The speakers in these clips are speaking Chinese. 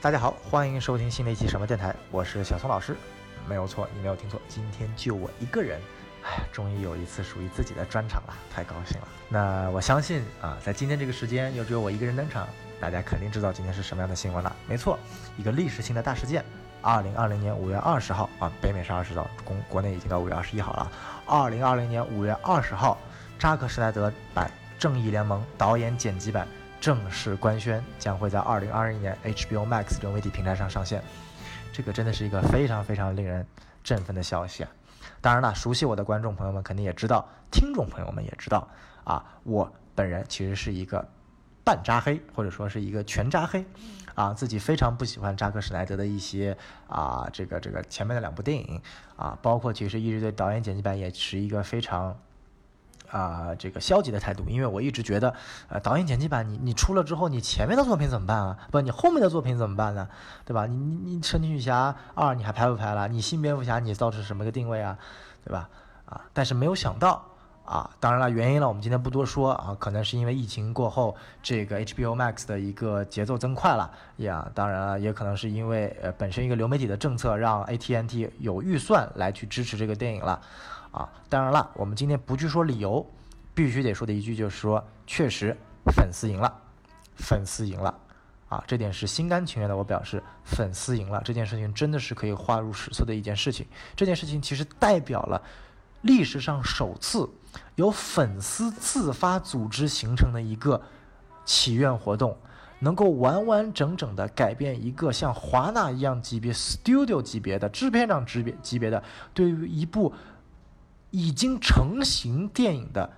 大家好，欢迎收听新的一期什么电台，我是小松老师。没有错，你没有听错，今天就我一个人。终于有一次属于自己的专场了，太高兴了。那我相信在今天这个时间又只有我一个人登场，大家肯定知道今天是什么样的新闻了。没错，一个历史性的大事件。2020年5月20号北美是20号，国内已经到5月21号了。2020年5月20号，扎克施奈德版《正义联盟》导演剪辑版正式官宣，将会在2021年 HBO Max 流媒体平台上上线。这个真的是一个非常非常令人振奋的消息啊！当然了，熟悉我的观众朋友们肯定也知道，听众朋友们也知道我本人其实是一个半扎黑，或者说是一个全扎黑自己非常不喜欢扎克施奈德的一些这个前面的2部电影包括其实一直对导演剪辑版也持一个非常这个消极的态度，因为我一直觉得导演剪辑版你出了之后，你前面的作品怎么办啊？不，你后面的作品怎么办呢？对吧？你神奇女侠2你还拍不拍了？你新蝙蝠侠你到底是什么个定位啊？对吧？但是没有想到当然了，原因呢我们今天不多说可能是因为疫情过后，这个 HBO Max 的一个节奏增快了当然了，也可能是因为本身一个流媒体的政策让 AT&T 有预算来去支持这个电影了当然了，我们今天不去说理由，必须得说的一句就是说，确实粉丝赢了，粉丝赢了这点是心甘情愿的。我表示粉丝赢了，这件事情真的是可以划入史册的一件事情。这件事情其实代表了历史上首次由粉丝自发组织形成的一个祈愿活动，能够完完整整的改变一个像华纳一样级别 studio 级别的制片厂级别的对于一部已经成型电影的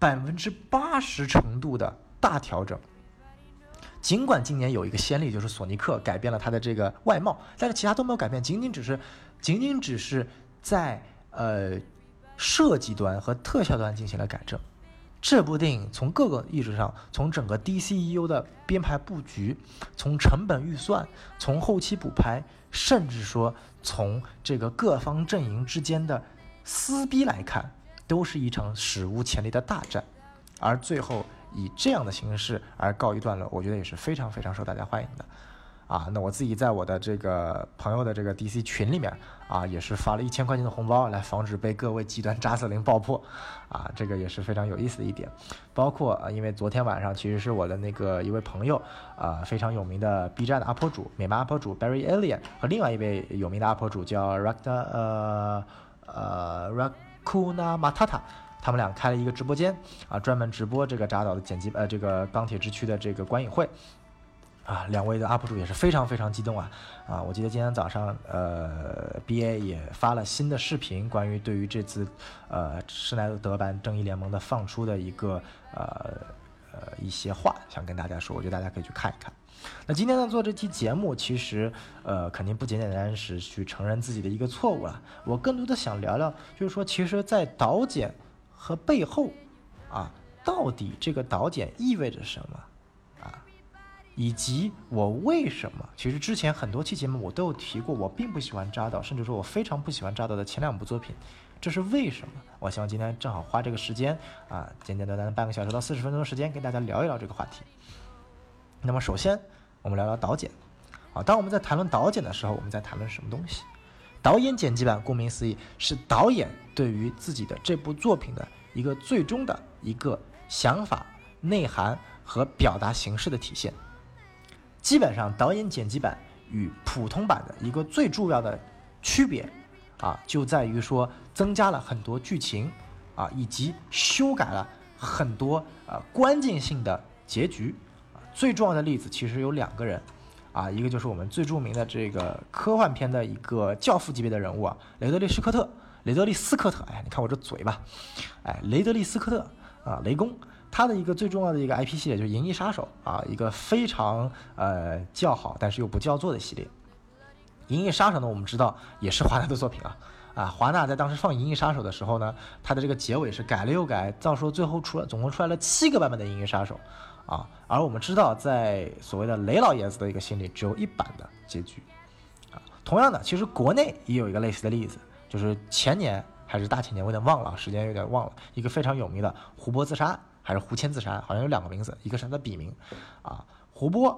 80%程度的大调整。尽管今年有一个先例，就是索尼克改变了他的这个外貌，但是其他都没有改变，仅仅只是在设计端和特效端进行了改正。这部电影从各个意识上，从整个 DCEU 的编排布局，从成本预算，从后期补拍，甚至说从这个各方阵营之间的撕逼来看，都是一场史无前例的大战，而最后以这样的形式而告一段落，我觉得也是非常非常受大家欢迎的那我自己在我的这个朋友的这个 DC 群里面也是发了1000块钱的红包，来防止被各位极端渣子灵爆破这个也是非常有意思的一点。包括因为昨天晚上其实是我的那个一位朋友非常有名的 B 站的 UP 主美漫 UP 主 Barry Allen 和另外一位有名的 UP 主叫 Rakuna Matata， 他们俩开了一个直播间专门直播这个扎导的剪辑这个钢铁之躯的这个观影会2位的 UP 主也是非常非常激动我记得今天早上BA 也发了新的视频，关于对于这次施奈德版正义联盟的放出的一个一些话想跟大家说，我觉得大家可以去看一看。那今天呢做这期节目，其实肯定不简单是去承认自己的一个错误了，我更多的想聊聊，就是说其实在导剪和背后到底这个导剪意味着什么以及我为什么，其实之前很多期节目我都有提过，我并不喜欢扎导，甚至说我非常不喜欢扎导的前2部作品，这是为什么？我希望今天正好花这个时间简简单单的半个小时到40分钟的时间跟大家聊一聊这个话题。那么首先我们聊聊导剪当我们在谈论导剪的时候，我们在谈论什么东西？导演剪辑版顾名思义是导演对于自己的这部作品的一个最终的一个想法、内涵和表达形式的体现。基本上导演剪辑版与普通版的一个最重要的区别就在于说增加了很多剧情以及修改了很多关键性的结局最重要的例子其实有2个人一个就是我们最著名的这个科幻片的一个教父级别的人物雷德利·斯科特，你看我这嘴吧雷德利·斯科特雷公，他的一个最重要的一个 IP 系列就是《银翼杀手》一个非常叫好但是又不叫座的系列。《银翼杀手》呢，我们知道也是华纳的作品华纳在当时放《银翼杀手》的时候呢，他的这个结尾是改了又改，到时候最后总共出来了7个版本的《银翼杀手》而我们知道在所谓的雷老爷子的一个心里只有1版的结局同样的，其实国内也有一个类似的例子，就是前年还是大前年，我有点忘了，时间有点忘了，一个非常有名的胡波自杀案还是胡谦自杀案，好像有2个名字，一个是他的笔名胡波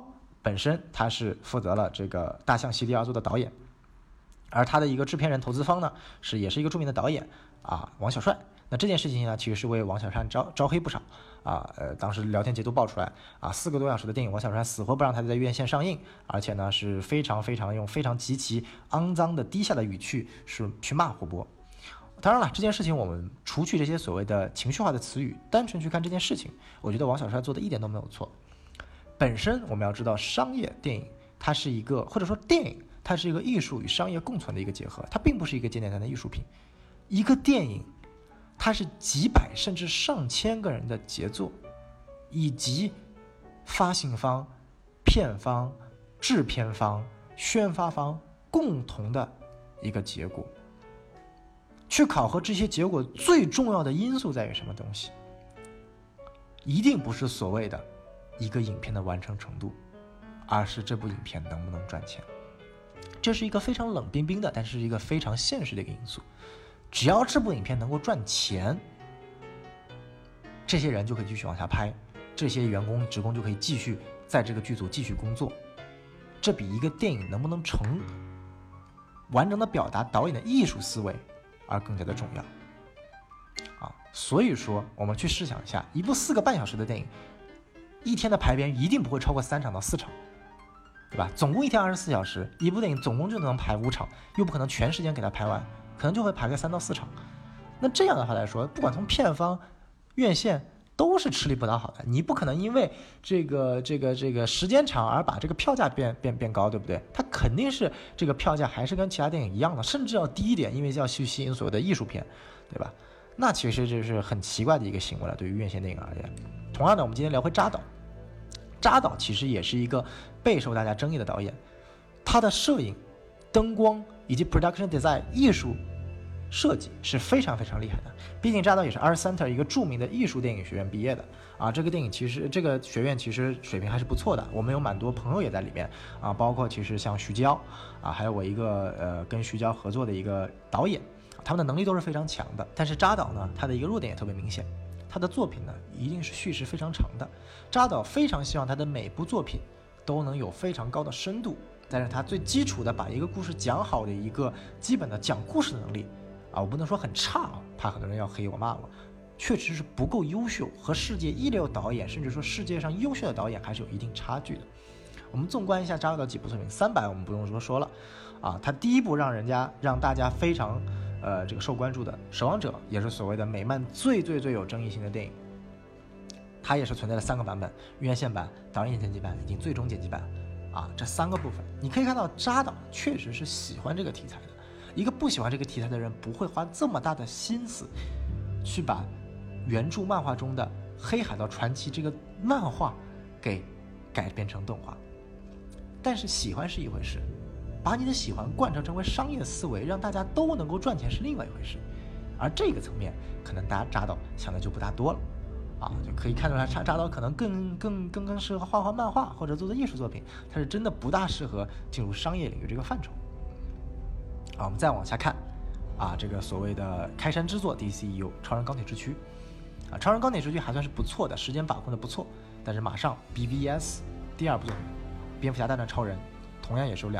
本身他是负责了这个《大象席地而坐》的导演，而他的一个制片人、投资方呢也是一个著名的导演王小帅。那这件事情呢，其实是为王小帅招黑不少当时聊天截图爆出来4个多小时的电影，王小帅死活不让他在院线上映，而且呢是非常用非常极其肮脏的低下的语气是去骂胡波。当然了，这件事情我们除去这些所谓的情绪化的词语，单纯去看这件事情，我觉得王小帅做的一点都没有错。本身我们要知道，商业电影它是一个，或者说电影它是一个艺术与商业共存的一个结合，它并不是一个简单的艺术品。一个电影它是几百甚至上千个人的杰作，以及发行方、片方、制片方、宣发方共同的一个结果。去考核这些结果最重要的因素在于什么东西？一定不是所谓的一个影片的完成程度，而是这部影片能不能赚钱。这是一个非常冷冰冰的，但是一个非常现实的一个因素。只要这部影片能够赚钱，这些人就可以继续往下拍，这些员工职工就可以继续在这个剧组继续工作。这比一个电影能不能完整的表达导演的艺术思维而更加的重要所以说我们去试想一下，一部4个半小时的电影，一天的排片一定不会超过3场到4场，对吧？总共一天24小时，一部电影总共就能排5场，又不可能全时间给它排完，可能就会排个3到4场。那这样的话来说，不管从片方、院线都是吃力不讨好的。你不可能因为这个时间长而把这个票价变高，对不对？它肯定是这个票价还是跟其他电影一样的，甚至要低一点，因为要去吸引所有的艺术片，对吧？那其实这是很奇怪的一个行为了，对于院线电影而言。同样的，我们今天聊回扎导。扎导其实也是一个备受大家争议的导演，他的摄影、灯光以及 production design 艺术设计是非常厉害的。毕竟扎导也是 Art Center 一个著名的艺术电影学院毕业的这个学院其实水平还是不错的，我们有蛮多朋友也在里面包括其实像徐娇还有我一个跟徐娇合作的一个导演，他们的能力都是非常强的。但是扎导呢，他的一个弱点也特别明显，他的作品呢一定是叙事非常长的。扎导非常希望他的每部作品都能有非常高的深度，但是他最基础的把一个故事讲好的一个基本的讲故事的能力我不能说很差怕很多人要黑我骂我，确实是不够优秀，和世界一流导演甚至说世界上优秀的导演还是有一定差距的。我们纵观一下扎导的几部作品，300我们不用说了他第一部让大家非常这个受关注的《守望者》，也是所谓的美漫最有争议性的电影，它也是存在了3个版本：院线版、导演剪辑版以及最终剪辑版这3个部分。你可以看到扎导确实是喜欢这个题材的，一个不喜欢这个题材的人不会花这么大的心思去把原著漫画中的《黑海盗传奇》这个漫画给改编成动画。但是喜欢是一回事，把你的喜欢贯彻成为商业思维，让大家都能够赚钱是另外一回事。而这个层面可能大家扎导想的就不大多了就可以看出来扎导可能更适合画漫画或者做艺术作品，他是真的不大适合进入商业领域这个范畴我们再往下看这个所谓的开山之作 DCEU 超人钢铁之躯超人钢铁之躯还算是不错的，时间把控的不错。但是马上 BVS 第2部作品蝙蝠侠大战超人同样也是有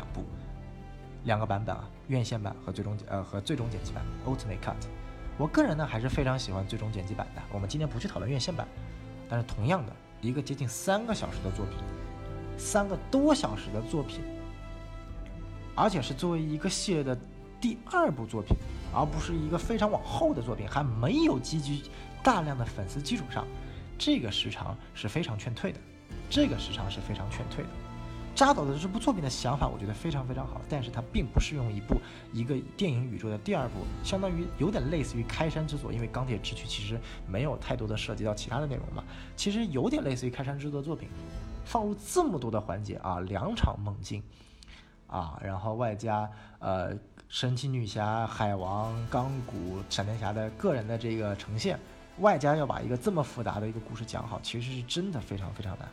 2个版本院线版和最终剪辑版 Ultimate Cut。 我个人呢还是非常喜欢最终剪辑版的。我们今天不去讨论院线版，但是同样的一个接近3个小时的作品，3个多小时的作品，而且是作为一个系列的第2部作品，而不是一个非常往后的作品，还没有积聚大量的粉丝基础上，这个时长是非常劝退的。扎导的这部作品的想法我觉得非常好，但是它并不适用一个电影宇宙的第2部，相当于有点类似于开山之作，因为钢铁之躯其实没有太多的涉及到其他的内容嘛，其实有点类似于开山之作的作品，放入这么多的环节2场猛进然后外加神奇女侠、海王、钢骨、闪电侠的个人的这个呈现，外加要把一个这么复杂的一个故事讲好，其实是真的非常难。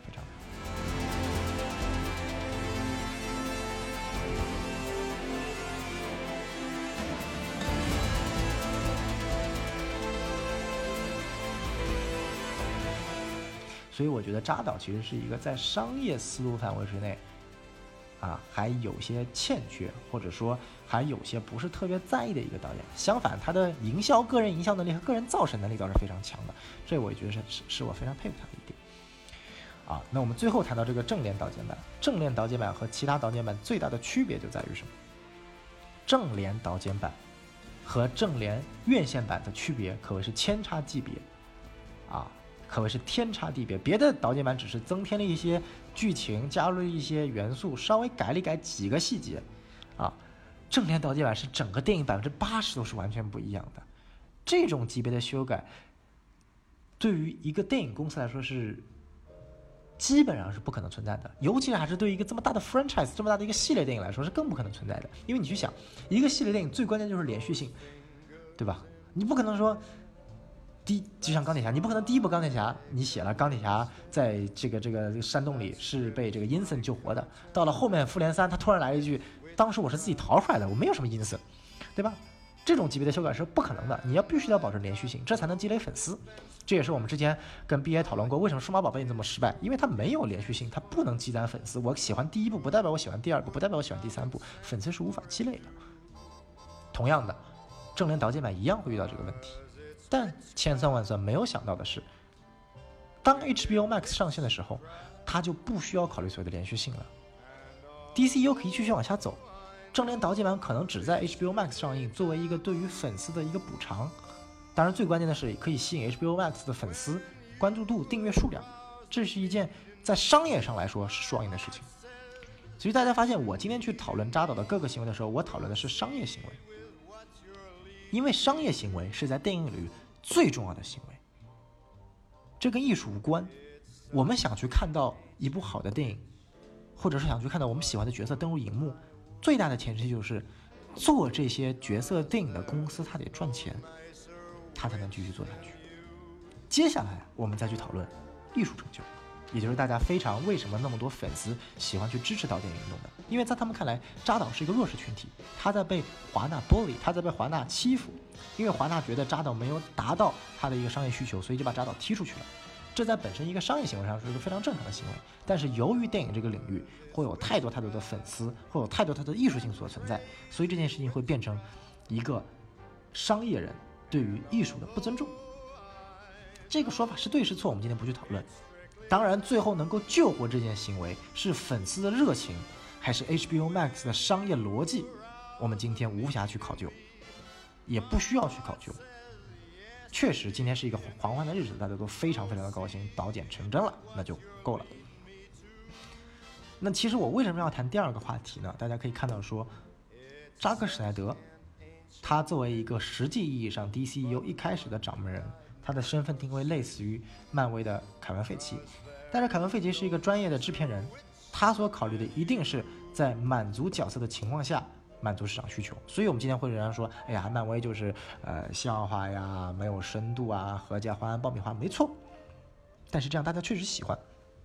所以我觉得扎导其实是一个在商业思路范围之内还有些欠缺，或者说还有些不是特别在意的一个导演。相反，他的个人营销能力和个人造神能力倒是非常强的，这我也觉得是我非常佩服他的一点。那我们最后谈到这个正联导剪版，正联导剪版和其他导剪版最大的区别就在于什么？正联导剪版和正联院线版的区别可谓是天差地别可谓是天差地别。别的导剪版只是增添了一些剧情，加入了一些元素，稍微改了改几个细节正联导剪版是整个电影80%都是完全不一样的。这种级别的修改对于一个电影公司来说是基本上是不可能存在的，尤其是还是对于一个这么大的 franchise 这么大的一个系列电影来说是更不可能存在的。因为你去想，一个系列电影最关键就是连续性，对吧？你不可能说就像钢铁侠，你不可能第一部钢铁侠你写了钢铁侠在这个山洞里是被这个阴森救活的，到了后面复联3他突然来一句当时我是自己逃出来的，我没有什么阴森，对吧？这种级别的修改是不可能的，你必须要保证连续性，这才能积累粉丝。这也是我们之前跟 BA 讨论过，为什么数码宝贝这么失败，因为它没有连续性，它不能积攒粉丝。我喜欢第一部不代表我喜欢第二部，不代表我喜欢第三部，粉丝是无法积累的。同样的，正联导剪版一样会遇到这个问题。但千算万算没有想到的是，当 HBO Max 上线的时候，它就不需要考虑所谓的连续性了。DCU 可以继续往下走，正联导剪版可能只在 HBO Max 上映，作为一个对于粉丝的一个补偿。当然最关键的是可以吸引 HBO Max 的粉丝关注度、订阅数量，这是一件在商业上来说是双赢的事情。所以大家发现我今天去讨论扎导的各个行为的时候，我讨论的是商业行为，因为商业行为是在电影里最重要的行为，这跟艺术无关。我们想去看到一部好的电影，或者是想去看到我们喜欢的角色登入荧幕，最大的前提就是做这些角色电影的公司它得赚钱，它才能继续做下去。接下来我们再去讨论艺术成就，也就是大家非常为什么那么多粉丝喜欢去支持导演运动的，因为在他们看来扎导是一个弱势群体，他在被华纳剥离，他在被华纳欺负，因为华纳觉得扎导没有达到他的一个商业需求，所以就把扎导踢出去了。这在本身一个商业行为上是一个非常正常的行为，但是由于电影这个领域会有太多的粉丝，会有太多的艺术性所存在，所以这件事情会变成一个商业人对于艺术的不尊重。这个说法是对是错，我们今天不去讨论。当然最后能够救活这件行为是粉丝的热情，还是 HBO Max 的商业逻辑，我们今天无暇去考究，也不需要去考究。确实今天是一个狂欢的日子，大家都非常非常的高兴，导剪成真了，那就够了。那其实我为什么要谈第二个话题呢？大家可以看到说，扎克施奈德他作为一个实际意义上 DCU 一开始的掌门人，他的身份定位类似于漫威的凯文·费奇，但是凯文·费奇是一个专业的制片人，他所考虑的一定是在满足角色的情况下满足市场需求。所以我们今天会有人说，哎呀，漫威就是笑话呀，没有深度啊，合家欢、爆米花，没错。但是这样大家确实喜欢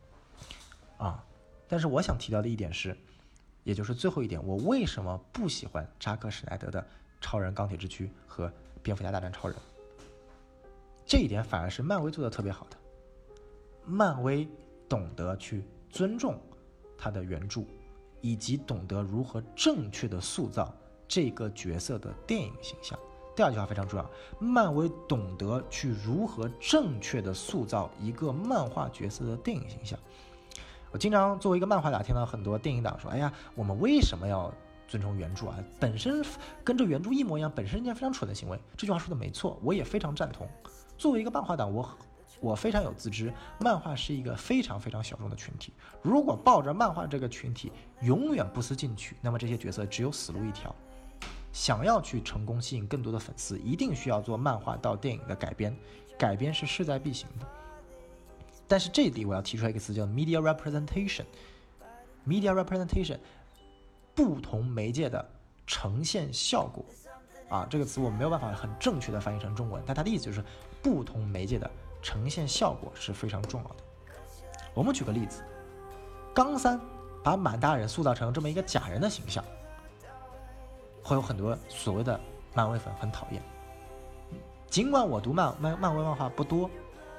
但是我想提到的一点是，也就是最后一点，我为什么不喜欢扎克施奈德的超人钢铁之躯和蝙蝠侠大战超人，这一点反而是漫威做的特别好的。漫威懂得去尊重他的原著，以及懂得如何正确的塑造这个角色的电影形象。第二句话非常重要，漫威懂得去如何正确的塑造一个漫画角色的电影形象。我经常作为一个漫画党听到很多电影党说，哎呀，我们为什么要尊重原著啊？本身跟着原著一模一样，本身是一件非常蠢的行为。这句话说的没错，我也非常赞同。作为一个漫画党，我非常有自知，漫画是一个非常非常小众的群体。如果抱着漫画这个群体永远不思进取，那么这些角色只有死路一条。想要去成功吸引更多的粉丝，一定需要做漫画到电影的改编，改编是势在必行的。但是这里我要提出来一个词叫 media representation，media representation 不同媒介的呈现效果这个词我没有办法很正确的翻译成中文，但它的意思就是不同媒介的呈现效果是非常重要的。我们举个例子，钢三把满大人塑造成这么一个假人的形象，会有很多所谓的漫威粉很讨厌。尽管我读漫威漫画不多，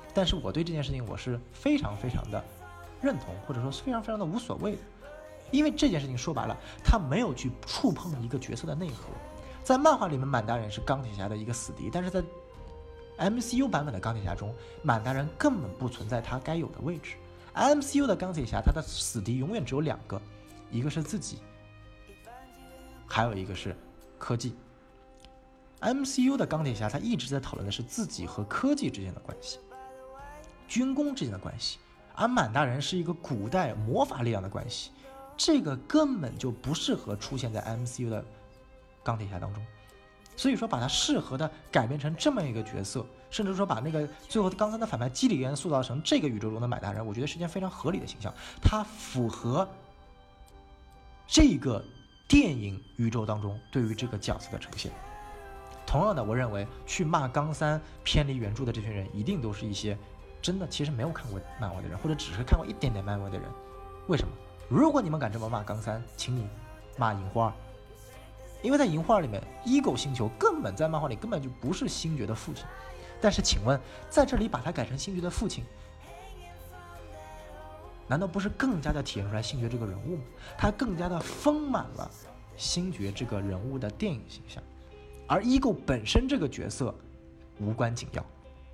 但是我对这件事情我是非常非常的认同，或者说非常非常的无所谓的，因为这件事情说白了，他没有去触碰一个角色的内核。在漫画里面，满大人是钢铁侠的一个死敌，但是在 MCU 版本的钢铁侠中，满大人根本不存在他该有的位置。MCU 的钢铁侠，他的死敌永远只有2个，一个是自己，还有一个是科技。MCU 的钢铁侠，他一直在讨论的是自己和科技之间的关系，军工之间的关系，而满大人是一个古代魔法力量的关系，这个根本就不适合出现在 MCU 的钢铁侠当中。所以说把它适合的改编成这么一个角色，甚至说把那个最后刚才的反派基里恩塑造成这个宇宙中的满大人，我觉得是件非常合理的形象，它符合这个电影宇宙当中对于这个角色的呈现。同样的，我认为去骂钢三偏离原著的这群人，一定都是一些真的其实没有看过漫威的人，或者只是看过一点点漫威的人。为什么？如果你们敢这么骂钢三，请你骂银花，因为在银花里面，Ego 星球根本在漫画里根本就不是星爵的父亲。但是请问，在这里把他改成星爵的父亲，难道不是更加的体现出来星爵这个人物吗？他更加的丰满了星爵这个人物的电影形象。而 Ego 本身这个角色无关紧要，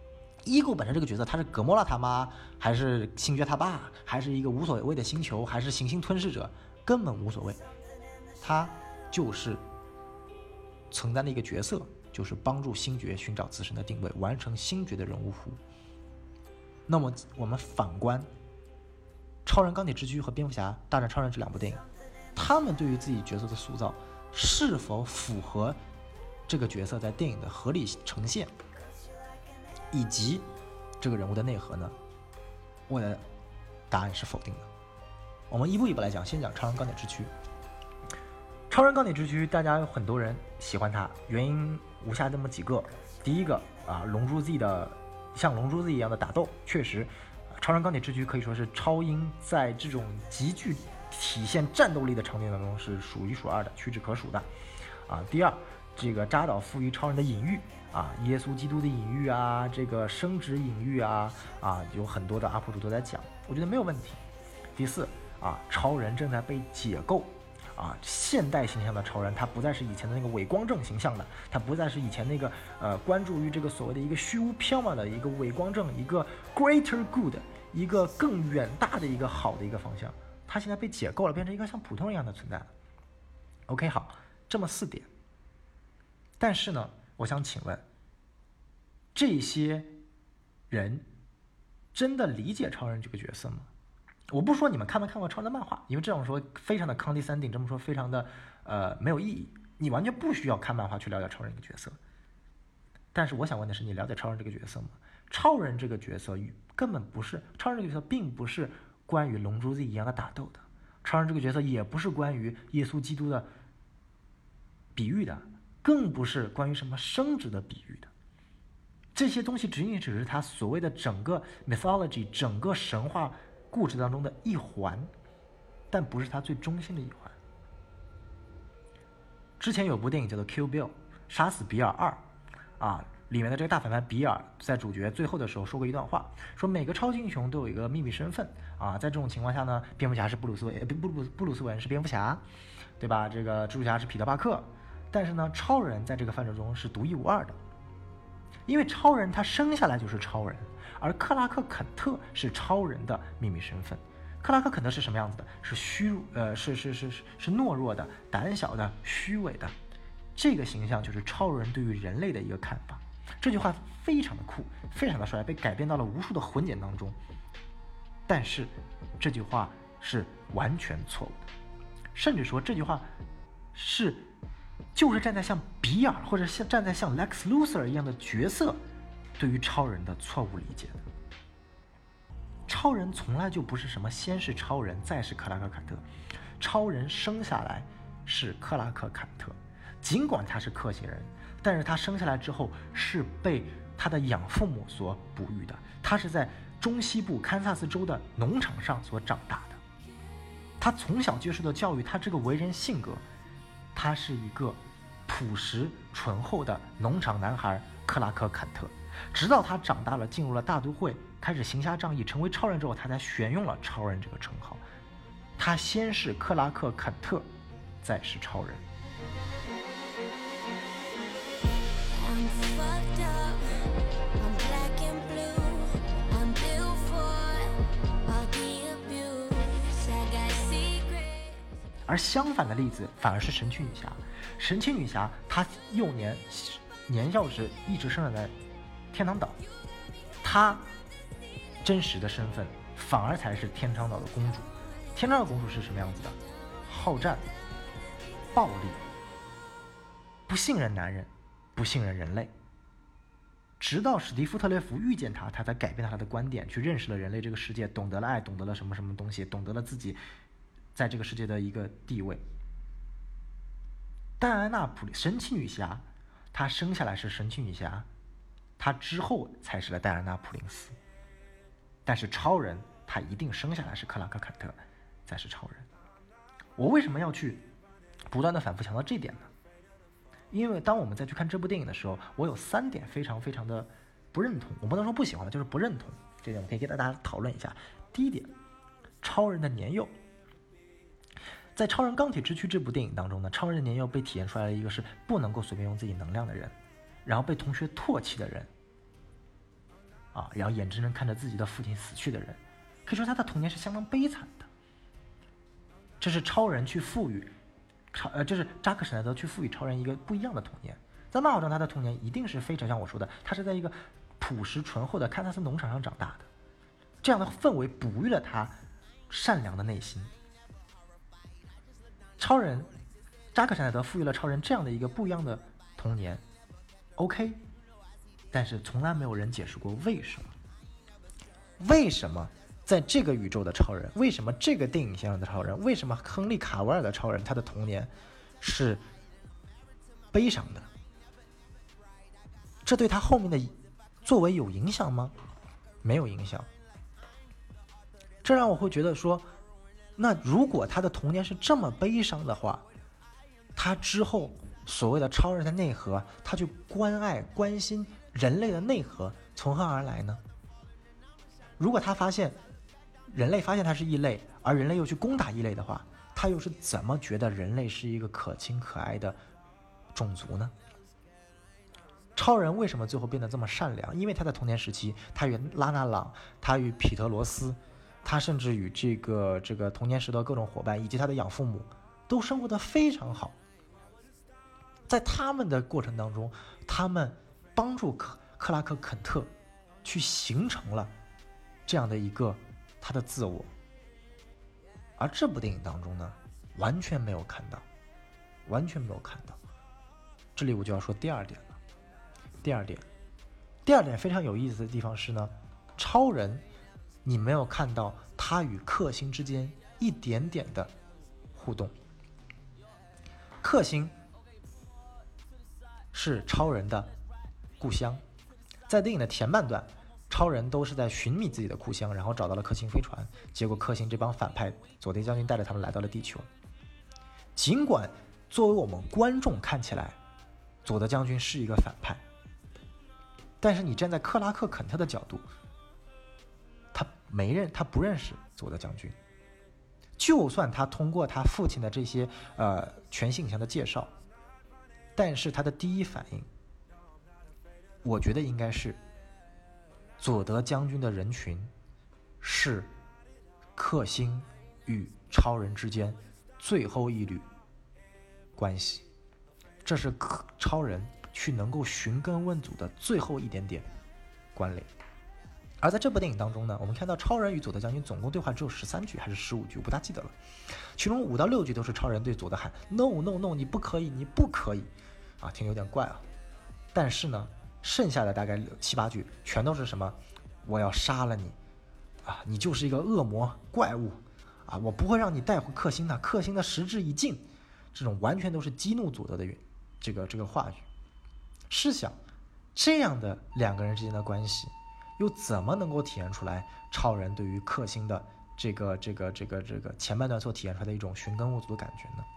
Ego 本身这个角色，他是葛莫拉他妈，还是星爵他爸，还是一个无所谓的星球，还是行星吞噬者，根本无所谓，他就是承担的一个角色，就是帮助星爵寻找自身的定位，完成星爵的人物服务。那么我们反观超人钢铁之躯和蝙蝠侠大战超人这2部电影，他们对于自己角色的塑造是否符合这个角色在电影的合理呈现，以及这个人物的内核呢？我的答案是否定的。我们一步一步来讲，先讲超人钢铁之躯。超人钢铁之躯，大家有很多人喜欢它，原因无下这么几个。第一个龙珠 Z 的像龙珠 Z 一样的打斗，确实，超人钢铁之躯可以说是超英在这种极具体现战斗力的场景当中是数一数二的，屈指可数的。第二，这个扎导赋予超人的隐喻耶稣基督的隐喻这个生殖隐喻有很多的UP主都在讲，我觉得没有问题。第四超人正在被解构现代形象的超人，他不再是以前的那个伪光正形象的，他不再是以前那个关注于这个所谓的一个虚无缥缈的一个伪光正，一个 greater good， 一个更远大的一个好的一个方向，他现在被解构了，变成一个像普通人一样的存在了。OK， 好，这么4点。但是呢，我想请问，这些人真的理解超人这个角色吗？我不说你们看没看过超人的漫画，因为这种说非常的condescending，这么说非常的没有意义。你完全不需要看漫画去了解超人这个角色。但是我想问的是，你了解超人这个角色吗？超人这个角色根本不是，超人这个角色并不是关于龙珠 Z 一样的打斗的，超人这个角色也不是关于耶稣基督的比喻的，更不是关于什么生殖的比喻的。这些东西仅仅只是他所谓的整个 mythology 整个神话故事当中的一环，但不是他最中心的一环。之前有部电影叫做 Kill Bill 杀死比尔2里面的这个大反派比尔在主角最后的时候说过一段话，说每个超级英雄都有一个秘密身份在这种情况下呢，蝙蝠侠是布鲁斯韦恩是蝙蝠侠，对吧？这个蜘蛛侠是彼得帕克，但是呢，超人在这个范畴中是独一无二的，因为超人他生下来就是超人，而克拉克肯特是超人的秘密身份。克拉克肯特是什么样子的？是是懦弱的、胆小的、虚伪的。这个形象就是超人对于人类的一个看法。这句话非常的酷，非常的帅，被改编到了无数的混剪当中。但是这句话是完全错误的，甚至说这句话就是站在像比尔或者站在像 Lex Luthor 一样的角色对于超人的错误理解的。超人从来就不是什么先是超人再是克拉克坎特，超人生下来是克拉克坎特，尽管他是克星人，但是他生下来之后是被他的养父母所哺育的，他是在中西部堪萨斯州的农场上所长大的，他从小接受的教育，他这个为人性格，他是一个朴实醇厚的农场男孩克拉克坎特。 直到他长大了，进入了大都会，开始行侠仗义，成为超人之后，他才选用了超人这个称号。他先是克拉克·肯特，再是超人。而相反的例子反而是神奇女侠。神奇女侠她幼年年少时一直生长在天堂岛，她真实的身份反而才是天堂岛的公主。天堂岛公主是什么样子的？好战、暴力、不信任男人、不信任人类。直到史蒂夫·特雷弗遇见她，他才改变他的观点，去认识了人类这个世界，懂得了爱，懂得了什么什么东西，懂得了自己在这个世界的一个地位。戴安娜·普林神奇女侠，她生下来是神奇女侠，她之后才是了戴安娜·普林斯。但是超人，他一定生下来是克拉克·坎特，再是超人。我为什么要去不断的反复强调这点呢？因为当我们再去看这部电影的时候，我有3点非常非常的不认同，我不能说不喜欢，就是不认同。这点我可以跟大家讨论一下。第一点，超人的年幼。在《超人钢铁之躯》这部电影当中呢，超人的年幼被体现出来的一个是不能够随便用自己能量的人，然后被同学唾弃的人，然后眼睁睁看着自己的父亲死去的人，可以说他的童年是相当悲惨的。这是超人去赋予这是扎克·史奈德去赋予超人一个不一样的童年。在漫画中，他的童年一定是非常像我说的，他是在一个朴实醇厚的堪萨斯农场上长大的，这样的氛围哺育了他善良的内心。超人扎克·史奈德赋予了超人这样的一个不一样的童年 ，OK， 但是从来没有人解释过为什么。为什么在这个宇宙的超人，为什么这个电影线上的超人，为什么亨利·卡维尔的超人他的童年是悲伤的？这对他后面的作为有影响吗？没有影响。这让我会觉得说，那如果他的童年是这么悲伤的话，他之后所谓的超人的内核，他去关爱关心人类的内核从何而来呢？如果他发现人类发现他是异类，而人类又去攻打异类的话，他又是怎么觉得人类是一个可亲可爱的种族呢？超人为什么最后变得这么善良？因为他在童年时期，他与拉纳朗，他与彼得罗斯，他甚至与这个童年时的各种伙伴，以及他的养父母，都生活得非常好。在他们的过程当中，他们帮助克拉克·肯特去形成了这样的一个他的自我。而这部电影当中呢，完全没有看到。这里我就要说第二点了。第二点非常有意思的地方是呢，超人你没有看到他与克星之间一点点的互动。克星是超人的故乡，在电影的前半段，超人都是在寻觅自己的故乡，然后找到了克星飞船，结果克星这帮反派佐德将军带着他们来到了地球。尽管作为我们观众看起来佐德将军是一个反派，但是你站在克拉克·肯特的角度，他不认识佐德将军。就算他通过他父亲的这些全息影像的介绍，但是他的第一反应，我觉得应该是佐德将军的人群是克星与超人之间最后一缕关系，这是超人去能够寻根问祖的最后一点点关联。而在这部电影当中呢，我们看到超人与佐德将军总共对话只有13句还是15句，我不大记得了，其中5到6句都是超人对佐德喊 No No No， 你不可以，你不可以听着有点怪啊。但是呢，剩下的大概7、8句全都是什么我要杀了你你就是一个恶魔怪物我不会让你带回克星的，克星的时至已尽，这种完全都是激怒佐德的这个话语。试想这样的2个人之间的关系，又怎么能够体现出来超人对于克星的这个前半段所体现出来的一种寻根问祖的感觉呢？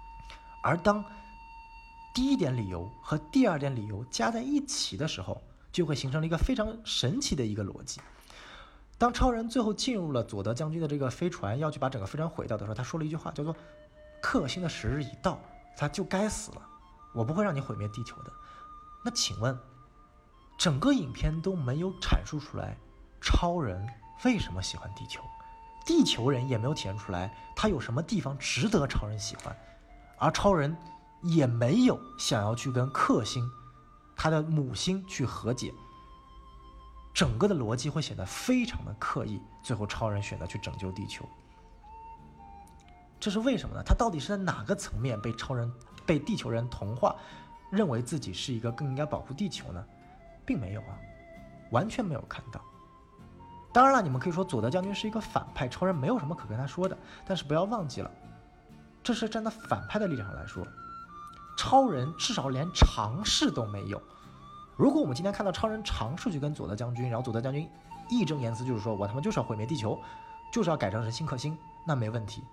而当第一点理由和第二点理由加在一起的时候， 就会形成了一个非常神奇的一个逻辑。当超人最后进入了佐德将军的这个飞船，要去把整个飞船毁掉的时候，他说了一句话，叫做克星的时日已到，他就该死了，我不会让你毁灭地球的。那请问整个影片都没有阐述出来超人为什么喜欢地球，地球人也没有体现出来他有什么地方值得超人喜欢，而超人也没有想要去跟克星他的母星去和解，整个的逻辑会显得非常的刻意，最后超人选择去拯救地球。这是为什么呢？他到底是在哪个层面被地球人同化，认为自己是一个更应该保护地球呢？并没有啊，完全没有看到。当然了，你们可以说佐德将军是一个反派，超人没有什么可跟他说的，但是不要忘记了，这是站在反派的立场上来说，超人至少连尝试都没有。如果我们今天看到超人尝试去跟佐德将军，然后佐德将军义正言辞就是说我他妈就是要毁灭地球，就是要改造成新克星，那没问题，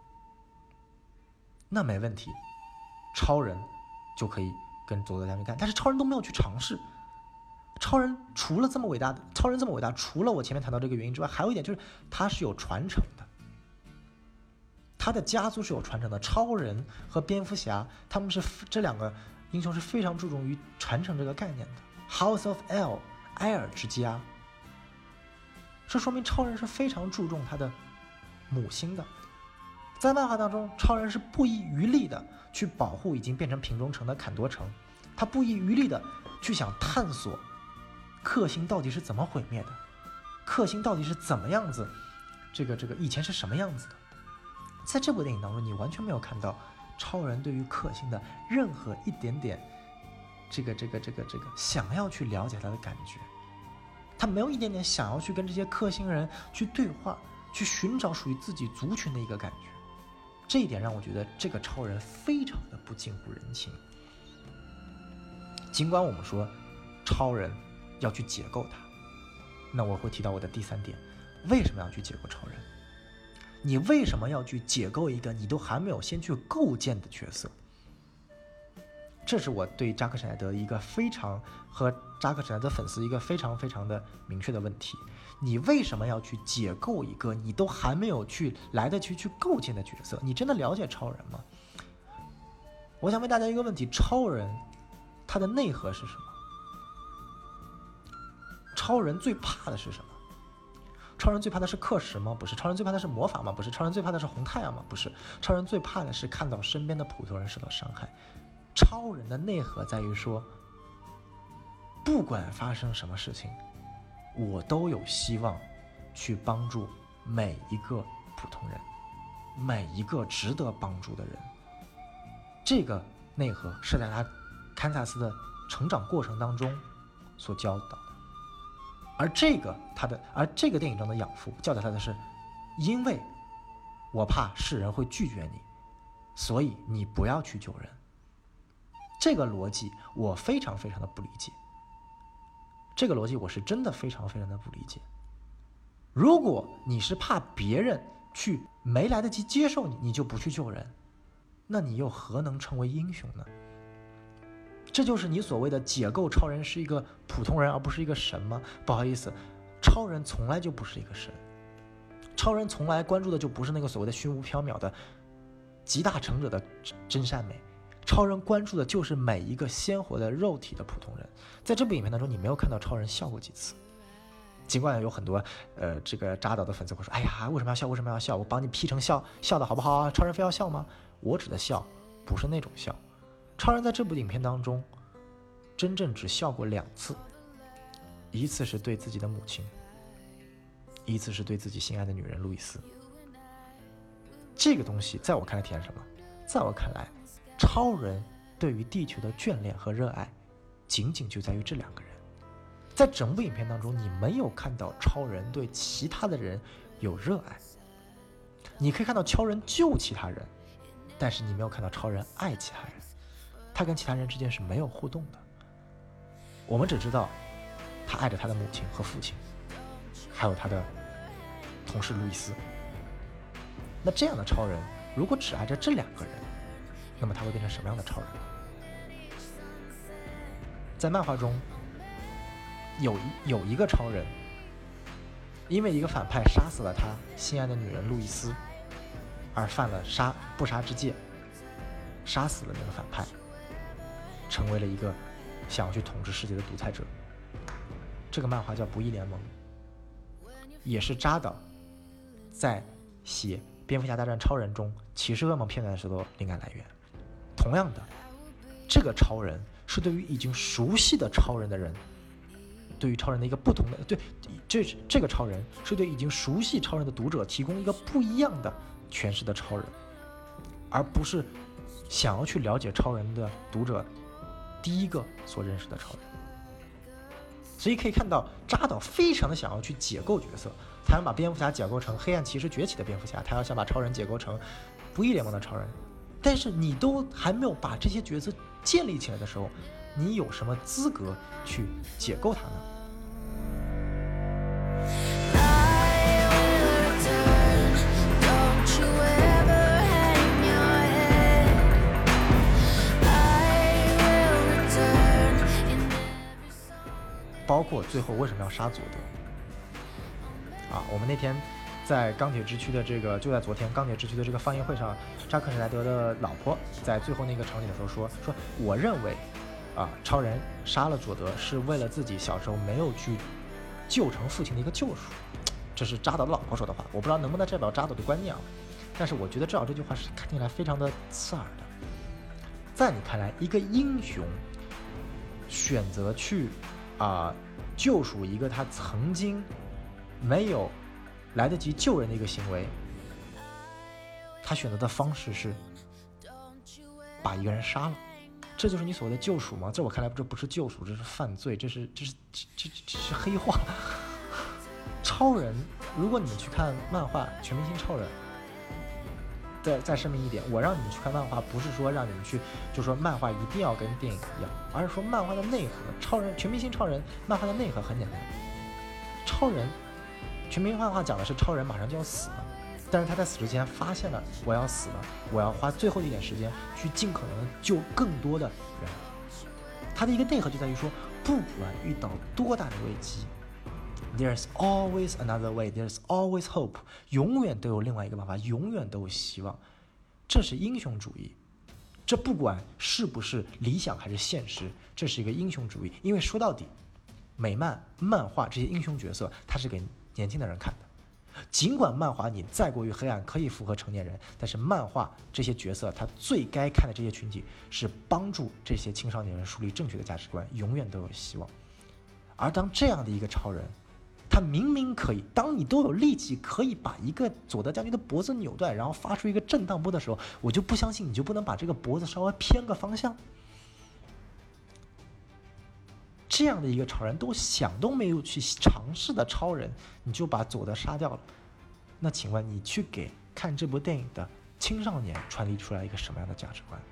超人就可以跟佐德将军干。但是超人都没有去尝试。超人这么伟大，除了我前面谈到这个原因之外，还有一点就是他是有传承的，他的家族是有传承的。超人和蝙蝠侠他们是这两个英雄是非常注重于传承这个概念的。 House of L 埃尔之家，这说明超人是非常注重他的母星的。在漫画当中，超人是不遗余力的去保护已经变成瓶中城的坎多城，他不遗余力的去想探索克星到底是怎么毁灭的，克星到底是怎么样子，这个以前是什么样子的。在这部电影当中，你完全没有看到超人对于克星的任何一点点这个想要去了解他的感觉，他没有一点点想要去跟这些克星人去对话，去寻找属于自己族群的一个感觉。这一点让我觉得这个超人非常的不近乎人情。尽管我们说超人要去解构它，那我会提到我的第三点，为什么要去解构超人？你为什么要去解构一个你都还没有先去构建的角色？这是我对扎克施耐德一个和扎克施耐德粉丝一个非常的明确的问题。你为什么要去解构一个你都还没有去来得及去构建的角色？你真的了解超人吗？我想问大家一个问题，超人他的内核是什么？超人最怕的是什么？超人最怕的是克什吗？不是。超人最怕的是魔法吗？不是。超人最怕的是红太阳吗？不是。超人最怕的是看到身边的普通人受到伤害。超人的内核在于说，不管发生什么事情，我都有希望去帮助每一个普通人，每一个值得帮助的人。这个内核是在他堪萨斯的成长过程当中所教导的。而这个电影中的养父教导他的是，因为我怕世人会拒绝你，所以你不要去救人。这个逻辑我非常的不理解，这个逻辑我是真的非常的不理解。如果你是怕别人去没来得及接受你，你就不去救人，那你又何能成为英雄呢？这就是你所谓的解构超人是一个普通人而不是一个神吗？不好意思，超人从来就不是一个神，超人从来关注的就不是那个所谓的虚无缥缈的集大成者的真善美，超人关注的就是每一个鲜活的肉体的普通人。在这部影片当中，你没有看到超人笑过几次，尽管有很多这个扎导的粉丝会说，哎呀，为什么要笑，我帮你 P 成笑的好不好啊？超人非要笑吗？我指的笑不是那种笑。超人在这部影片当中真正只笑过2次，一次是对自己的母亲，一次是对自己心爱的女人路易斯。这个东西在我看来体现什么？在我看来，超人对于地球的眷恋和热爱仅仅就在于这2个人。在整部影片当中，你没有看到超人对其他的人有热爱，你可以看到超人救其他人，但是你没有看到超人爱其他人，他跟其他人之间是没有互动的。我们只知道他爱着他的母亲和父亲，还有他的同事路易斯。那这样的超人如果只爱着这2个人，那么他会变成什么样的超人？在漫画中， 有一个超人，因为一个反派杀死了他心爱的女人路易斯，而犯了不杀之戒，杀死了那个反派，成为了一个想要去统治世界的独裁者。这个漫画叫《不义联盟》，也是扎导在写《蝙蝠侠大战超人》中骑士噩梦片段的时候灵感来源。同样的，这个超人是对于已经熟悉的超人的人，对于超人的一个不同的这个超人是对已经熟悉超人的读者提供一个不一样的诠释的超人，而不是想要去了解超人的读者第一个所认识的超人。所以可以看到扎导非常的想要去解构角色，他想把蝙蝠侠解构成黑暗骑士崛起的蝙蝠侠，他要想把超人解构成不义联盟的超人。但是你都还没有把这些角色建立起来的时候，你有什么资格去解构它呢？包括最后为什么要杀佐德啊？我们那天在钢铁之躯的这个，就在昨天钢铁之躯的这个放映会上，扎克施奈德的老婆在最后那个场景的时候说，我认为超人杀了佐德是为了自己小时候没有去救成父亲的一个救赎。这是扎导的老婆说的话，我不知道能不能代表扎导的观念啊，但是我觉得至少这句话是看起来非常的刺耳的。在你看来，一个英雄选择去救赎一个他曾经没有来得及救人的一个行为，他选择的方式是把一个人杀了，这就是你所谓的救赎吗？在我看来，这不是救赎，这是犯罪，这是黑化。超人，如果你们去看漫画《全明星超人》，再声明一点，我让你们去看漫画，不是说让你们去就说漫画一定要跟电影一样，而是说漫画的内核。超人全明星超人漫画的内核很简单，超人全明星漫画讲的是超人马上就要死了，但是他在死之前发现了我要死了，我要花最后一点时间去尽可能的救更多的人。他的一个内核就在于说，不管遇到多大的危机，There's always another way. There's always hope. 永远都有另外一个办法，永远都有希望。这是英雄主义，这不管是不是理想还是现实，这是一个英雄主义。因为说到底，美漫、漫画这些英雄角色，它是给年轻的人看的。尽管漫画你再过于黑暗，可以符合成年人，但是漫画这些角色，它最该看的这些群体，是帮助这些青少年人树立正确的价值观，永远都有希望。而当这样的一个超人，他明明可以，当你都有力气可以把一个佐德将军的脖子扭断，然后发出一个震荡波的时候，我就不相信你就不能把这个脖子稍微偏个方向。这样的一个超人想都没有去尝试的超人，你就把佐德杀掉了，那请问你去给看这部电影的青少年传递出来一个什么样的价值观？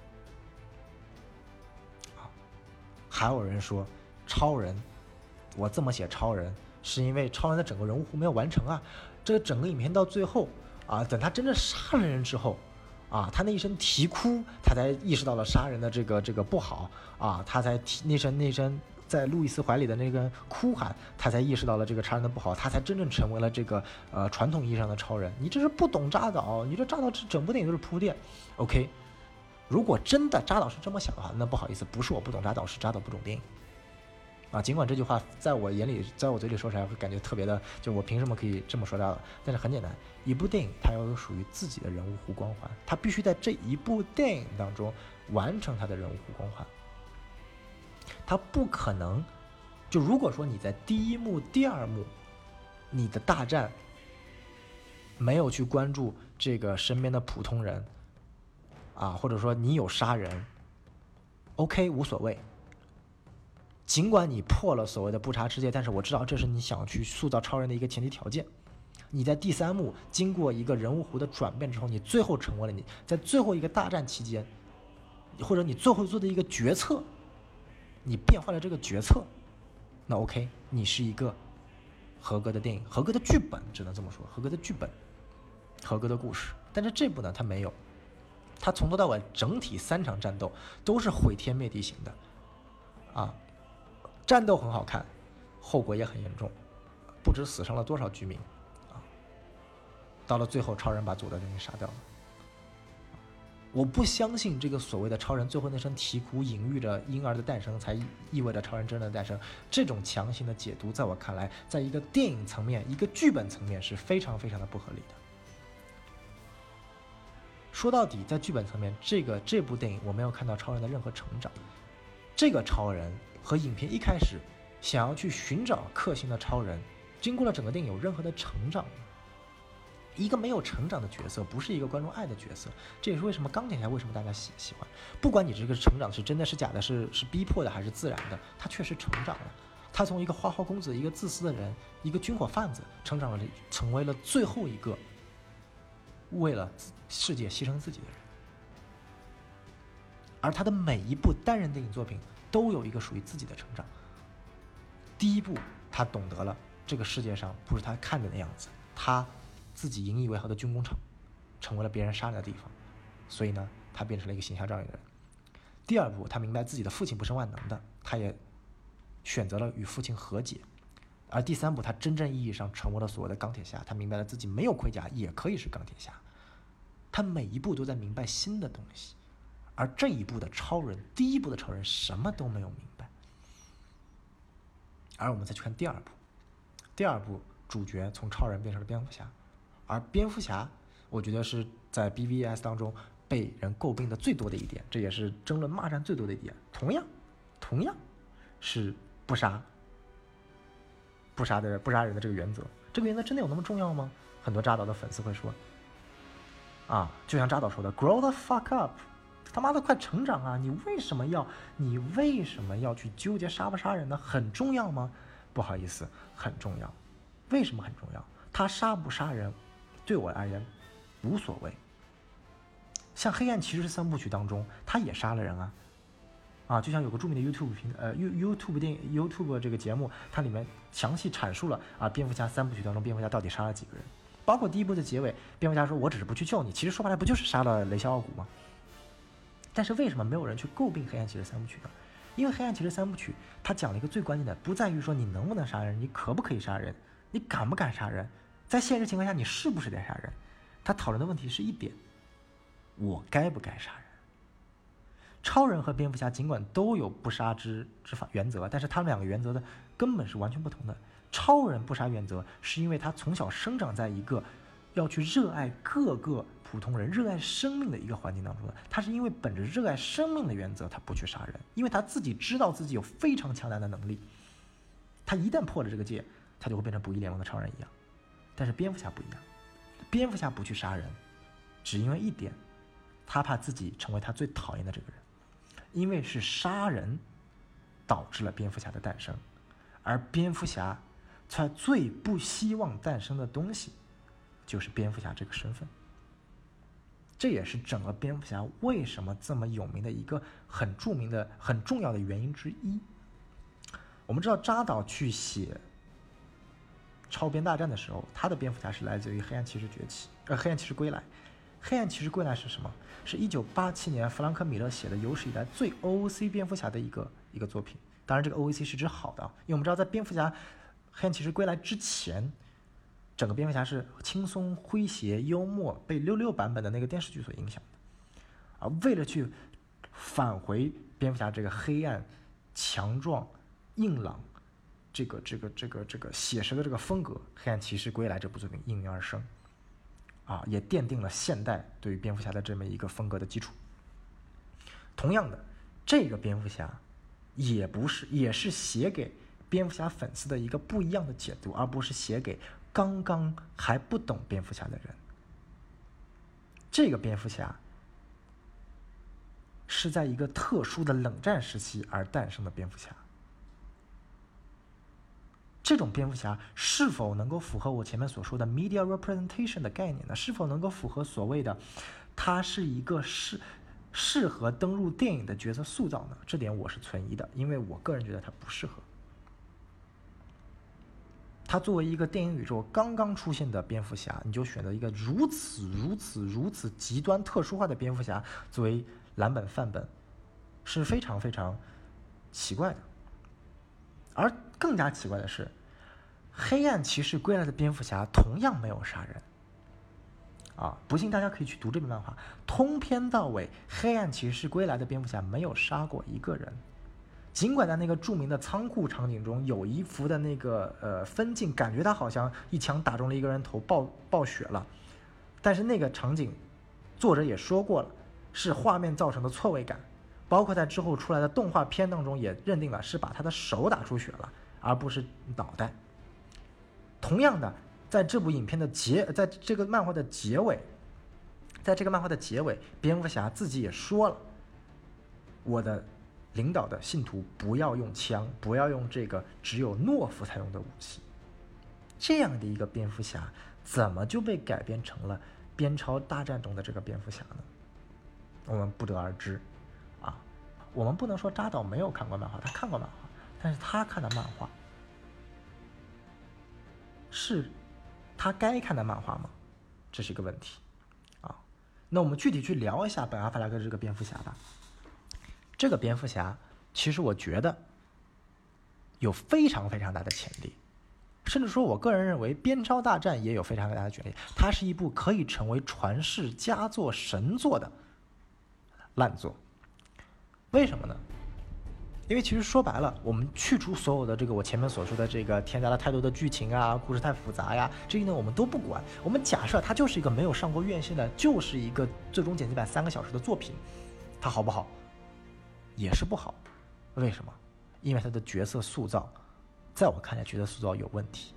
还有人说超人，我这么写超人是因为超人的整个人物弧没有完成啊，这个整个影片到最后等他真正杀了人之后他那一声啼哭，他才意识到了杀人的这个不好他才那声在路易斯怀里的那个哭喊，他才意识到了这个杀人的不好，他才真正成为了这个传统意义上的超人。你这是不懂扎导，你这扎导这整部电影都是铺垫。OK， 如果真的扎导是这么想的话，那不好意思，不是我不懂扎导，是扎导不懂电影。尽管这句话在我眼里，在我嘴里说出来会感觉特别的，就我凭什么可以这么说他的？但是很简单，一部电影它要有属于自己的人物弧光环，它必须在这一部电影当中完成它的人物弧光环。它不可能，就如果说你在第一幕、第二幕，你的大战没有去关注这个身边的普通人或者说你有杀人 ，OK 无所谓。尽管你破了所谓的不杀之戒，但是我知道这是你想去塑造超人的一个前提条件。你在第三幕经过一个人物弧的转变之后，你最后成为了你在最后一个大战期间，或者你最后做的一个决策，你变换了这个决策，那 OK， 你是一个合格的电影，合格的剧本，只能这么说，合格的剧本，合格的故事。但是这部呢，它没有，它从头到尾整体3场战斗都是毁天灭地型的战斗很好看， 后果也很严重，不知死伤了多少居民啊！到了最后，超人把佐德就给杀掉了。我不相信这个所谓的超人最后那声啼哭隐喻着婴儿的诞生，才意味着超人真正的诞生。这种强行的解读，在我看来，在一个电影层面、一个剧本层面是非常非常的不合理的。说到底，在剧本层面，这部电影我没有看到超人的任何成长。这个超人和影片一开始想要去寻找克星的超人，经过了整个电影有任何的成长吗？一个没有成长的角色，不是一个观众爱的角色。这也是为什么钢铁侠为什么大家喜欢。不管你这个成长是真的是假的，是逼迫的还是自然的，他确实成长了。他从一个花花公子、一个自私的人、一个军火贩子，成长了，成为了最后一个为了世界牺牲自己的人。而他的每一部单人电影作品都有一个属于自己的成长。第一部，他懂得了这个世界上不是他看的那样子，他自己引以为豪的军工厂成为了别人杀人的地方，所以呢，他变成了一个行侠仗义的人。第二步，他明白自己的父亲不是万能的，他也选择了与父亲和解。而第三步，他真正意义上成为了所谓的钢铁侠，他明白了自己没有盔甲也可以是钢铁侠。他每一步都在明白新的东西，而这一步的超人，第一步的超人什么都没有明白。而我们再去看第二步，第二步主角从超人变成了蝙蝠侠。而蝙蝠侠，我觉得是在 BVS 当中被人诟病的最多的一点，这也是争论骂战最多的一点。同样是不杀人的这个原则，这个原则真的有那么重要吗？很多扎导的粉丝会说，就像扎导说的 ，grow the fuck up， 他妈的快成长啊！你为什么要去纠结杀不杀人呢？很重要吗？不好意思，很重要。为什么很重要？他杀不杀人？对我而言无所谓。像黑暗骑士三部曲当中，他也杀了人就像有个著名的 YouTube 这个节目，它里面详细阐述了蝙蝠侠三部曲当中蝙蝠侠到底杀了几个人，包括第一部的结尾，蝙蝠侠说我只是不去救你，其实说白了不就是杀了雷肖奥古吗？但是为什么没有人去诟病黑暗骑士三部曲呢？因为黑暗骑士三部曲它讲了一个最关键的，不在于说你能不能杀人，你可不可以杀人，你敢不敢杀人，在现实情况下你是不是得杀人。他讨论的问题是一点，我该不该杀人。超人和蝙蝠侠尽管都有不杀之法原则，但是他们两个原则的根本是完全不同的。超人不杀原则是因为他从小生长在一个要去热爱各个普通人、热爱生命的一个环境当中的，他是因为本着热爱生命的原则，他不去杀人，因为他自己知道自己有非常强大的能力，他一旦破了这个戒，他就会变成不义联盟的超人一样。但是蝙蝠侠不一样，蝙蝠侠不去杀人，只因为一点，他怕自己成为他最讨厌的这个人，因为是杀人导致了蝙蝠侠的诞生，而蝙蝠侠他最不希望诞生的东西就是蝙蝠侠这个身份。这也是整个蝙蝠侠为什么这么有名的一个很著名的很重要的原因之一。我们知道扎导去写超编大战的时候，他的蝙蝠侠是来自于黑暗骑士归来。黑暗骑士归来是什么？是1987年弗兰克·米勒写的有史以来最 OOC 蝙蝠侠的一个作品。当然这个 OOC 是指好的，因为我们知道在蝙蝠侠黑暗骑士归来之前，整个蝙蝠侠是轻松诙谐幽默，被66版本的那个电视剧所影响的。为了去返回蝙蝠侠这个黑暗强壮硬朗这个写实的这个风格，黑暗骑士归来这部作品应运而生也奠定了现代对于蝙蝠侠的这么一个风格的基础。同样的，这个蝙蝠侠也是写给蝙蝠侠粉丝的一个不一样的解读，而不是写给刚刚还不懂蝙蝠侠的人。这个蝙蝠侠是在一个特殊的冷战时期而诞生的蝙蝠侠。这种蝙蝠侠是否能够符合我前面所说的 media representation 的概念呢？是否能够符合所谓的他是一个适合登入电影的角色塑造呢？这点我是存疑的，因为我个人觉得他不适合。他作为一个电影宇宙刚刚出现的蝙蝠侠，你就选择一个如此极端特殊化的蝙蝠侠作为蓝本范本，是非常非常奇怪的。 而更加奇怪的是，黑暗骑士归来的蝙蝠侠同样没有杀人。不信大家可以去读这本漫画，通篇到尾，黑暗骑士归来的蝙蝠侠没有杀过一个人。尽管在那个著名的仓库场景中有一幅的那个分镜，感觉他好像一枪打中了一个人头，爆血了，但是那个场景作者也说过了，是画面造成的错位感，包括在之后出来的动画片当中也认定了是把他的手打出血了，而不是脑袋。同样的，在这部影片的在这个漫画的结尾，蝙蝠侠自己也说了，我的领导的信徒不要用枪，不要用这个只有懦夫才用的武器。这样的一个蝙蝠侠怎么就被改编成了边超大战中的这个蝙蝠侠呢？我们不得而知我们不能说扎导没有看过漫画，他看过漫画，但是他看的漫画是他该看的漫画吗？这是一个问题那我们具体去聊一下本·阿弗莱克这个蝙蝠侠吧。这个蝙蝠侠其实我觉得有非常非常大的潜力，甚至说我个人认为边超大战也有非常大的潜力。它是一部可以成为传世佳作神作的烂作。为什么呢？因为其实说白了，我们去除所有的这个我前面所说的这个添加了太多的剧情故事太复杂呀，这些呢我们都不管。我们假设它就是一个没有上过院线的，就是一个最终剪辑版3个小时的作品，它好不好？也是不好。为什么？因为它的角色塑造，在我看来角色塑造有问题。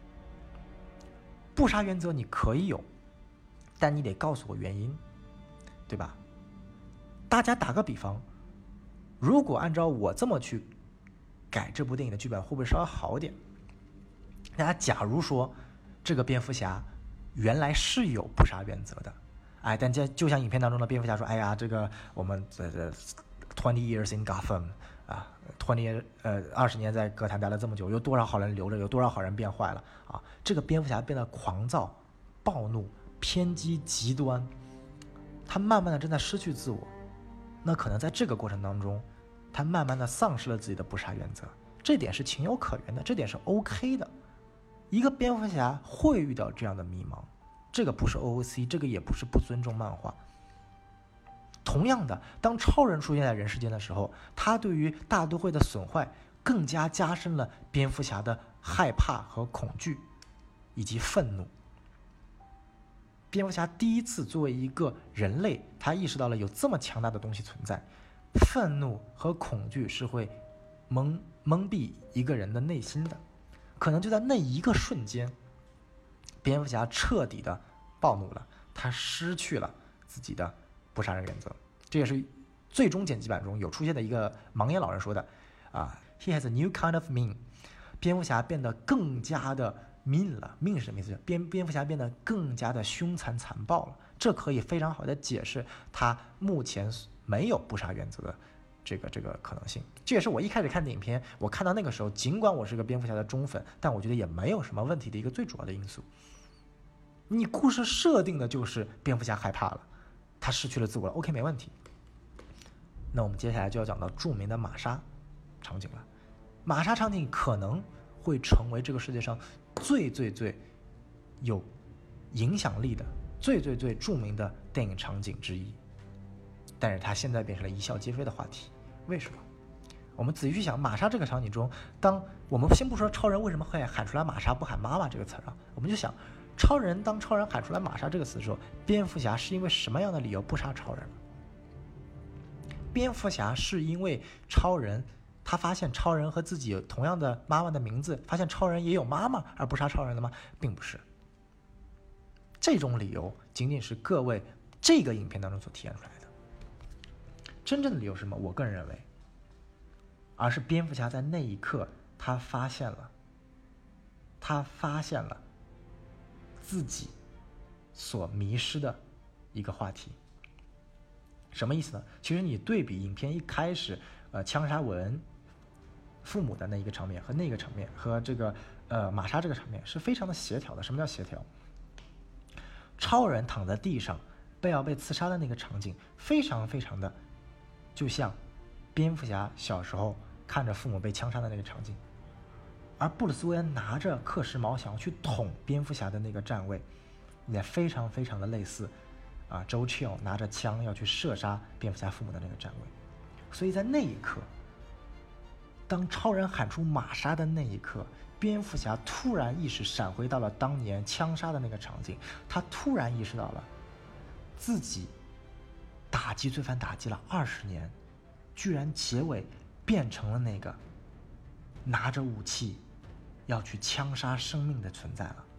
不杀原则你可以有，但你得告诉我原因，对吧？大家打个比方，如果按照我这么去改这部电影的剧本，会不会稍微好点？大家假如说这个蝙蝠侠原来是有不杀原则的，但就像影片当中的蝙蝠侠说，这个我们20 years in Gotham 20年在哥谭待了这么久，有多少好人留着，有多少好人变坏了这个蝙蝠侠变得狂躁、暴怒、偏激、极端，他慢慢的正在失去自我。那可能在这个过程当中，他慢慢的丧失了自己的不杀原则，这点是情有可原的，这点是 OK 的。一个蝙蝠侠会遇到这样的迷茫，这个不是 OOC， 这个也不是不尊重漫画。同样的，当超人出现在人世间的时候，他对于大都会的损坏更加加深了蝙蝠侠的害怕和恐惧以及愤怒。蝙蝠侠第一次作为一个人类，他意识到了有这么强大的东西存在，愤怒和恐惧是会蒙蔽一个人的内心的。可能就在那一个瞬间，蝙蝠侠彻底的暴怒了，他失去了自己的不杀人原则。这也是最终剪辑版中有出现的一个盲眼老人说的He has a new kind of mean。 蝙蝠侠变得更加的mean了。mean 是什么意思？蝙蝠侠变得更加的凶残残暴了，这可以非常好的解释他目前没有不杀原则的这个可能性。这也是我一开始看的影片，我看到那个时候，尽管我是个蝙蝠侠的忠粉，但我觉得也没有什么问题的一个最主要的因素。你故事设定的就是蝙蝠侠害怕了，他失去了自我了， OK 没问题。那我们接下来就要讲到著名的玛莎场景了。玛莎场景可能会成为这个世界上最有影响力的最著名的电影场景之一，但是它现在变成了一笑皆非的话题。为什么？我们仔细去想，玛莎这个场景中，当我们先不说超人为什么会喊出来玛莎不喊妈妈这个词我们就想当超人喊出来玛莎这个词的时候，蝙蝠侠是因为什么样的理由不杀超人？蝙蝠侠是因为超人他发现超人和自己有同样的妈妈的名字，发现超人也有妈妈而不杀超人的吗？并不是。这种理由仅仅是各位这个影片当中所体现出来的。真正的理由是什么？我个人认为，而是蝙蝠侠在那一刻他发现了自己所迷失的一个话题。什么意思呢？其实你对比影片一开始枪杀韦恩父母的那一个场面和那个场面和这个玛莎这个场面是非常的协调的。什么叫协调？超人躺在地上要被刺杀的那个场景非常的就像蝙蝠侠小时候看着父母被枪杀的那个场景， 而布鲁斯韦恩拿着克什矛想要去捅蝙蝠侠的那个站位，也非常非常的类似周Chill拿着枪要去射杀蝙蝠侠父母的那个站位。所以在那一刻，当超人喊出玛莎的那一刻，蝙蝠侠突然意识闪回到了当年枪杀的那个场景，他突然意识到了自己打击罪犯打击了20年，居然结尾变成了那个拿着武器要去枪杀生命的存在了。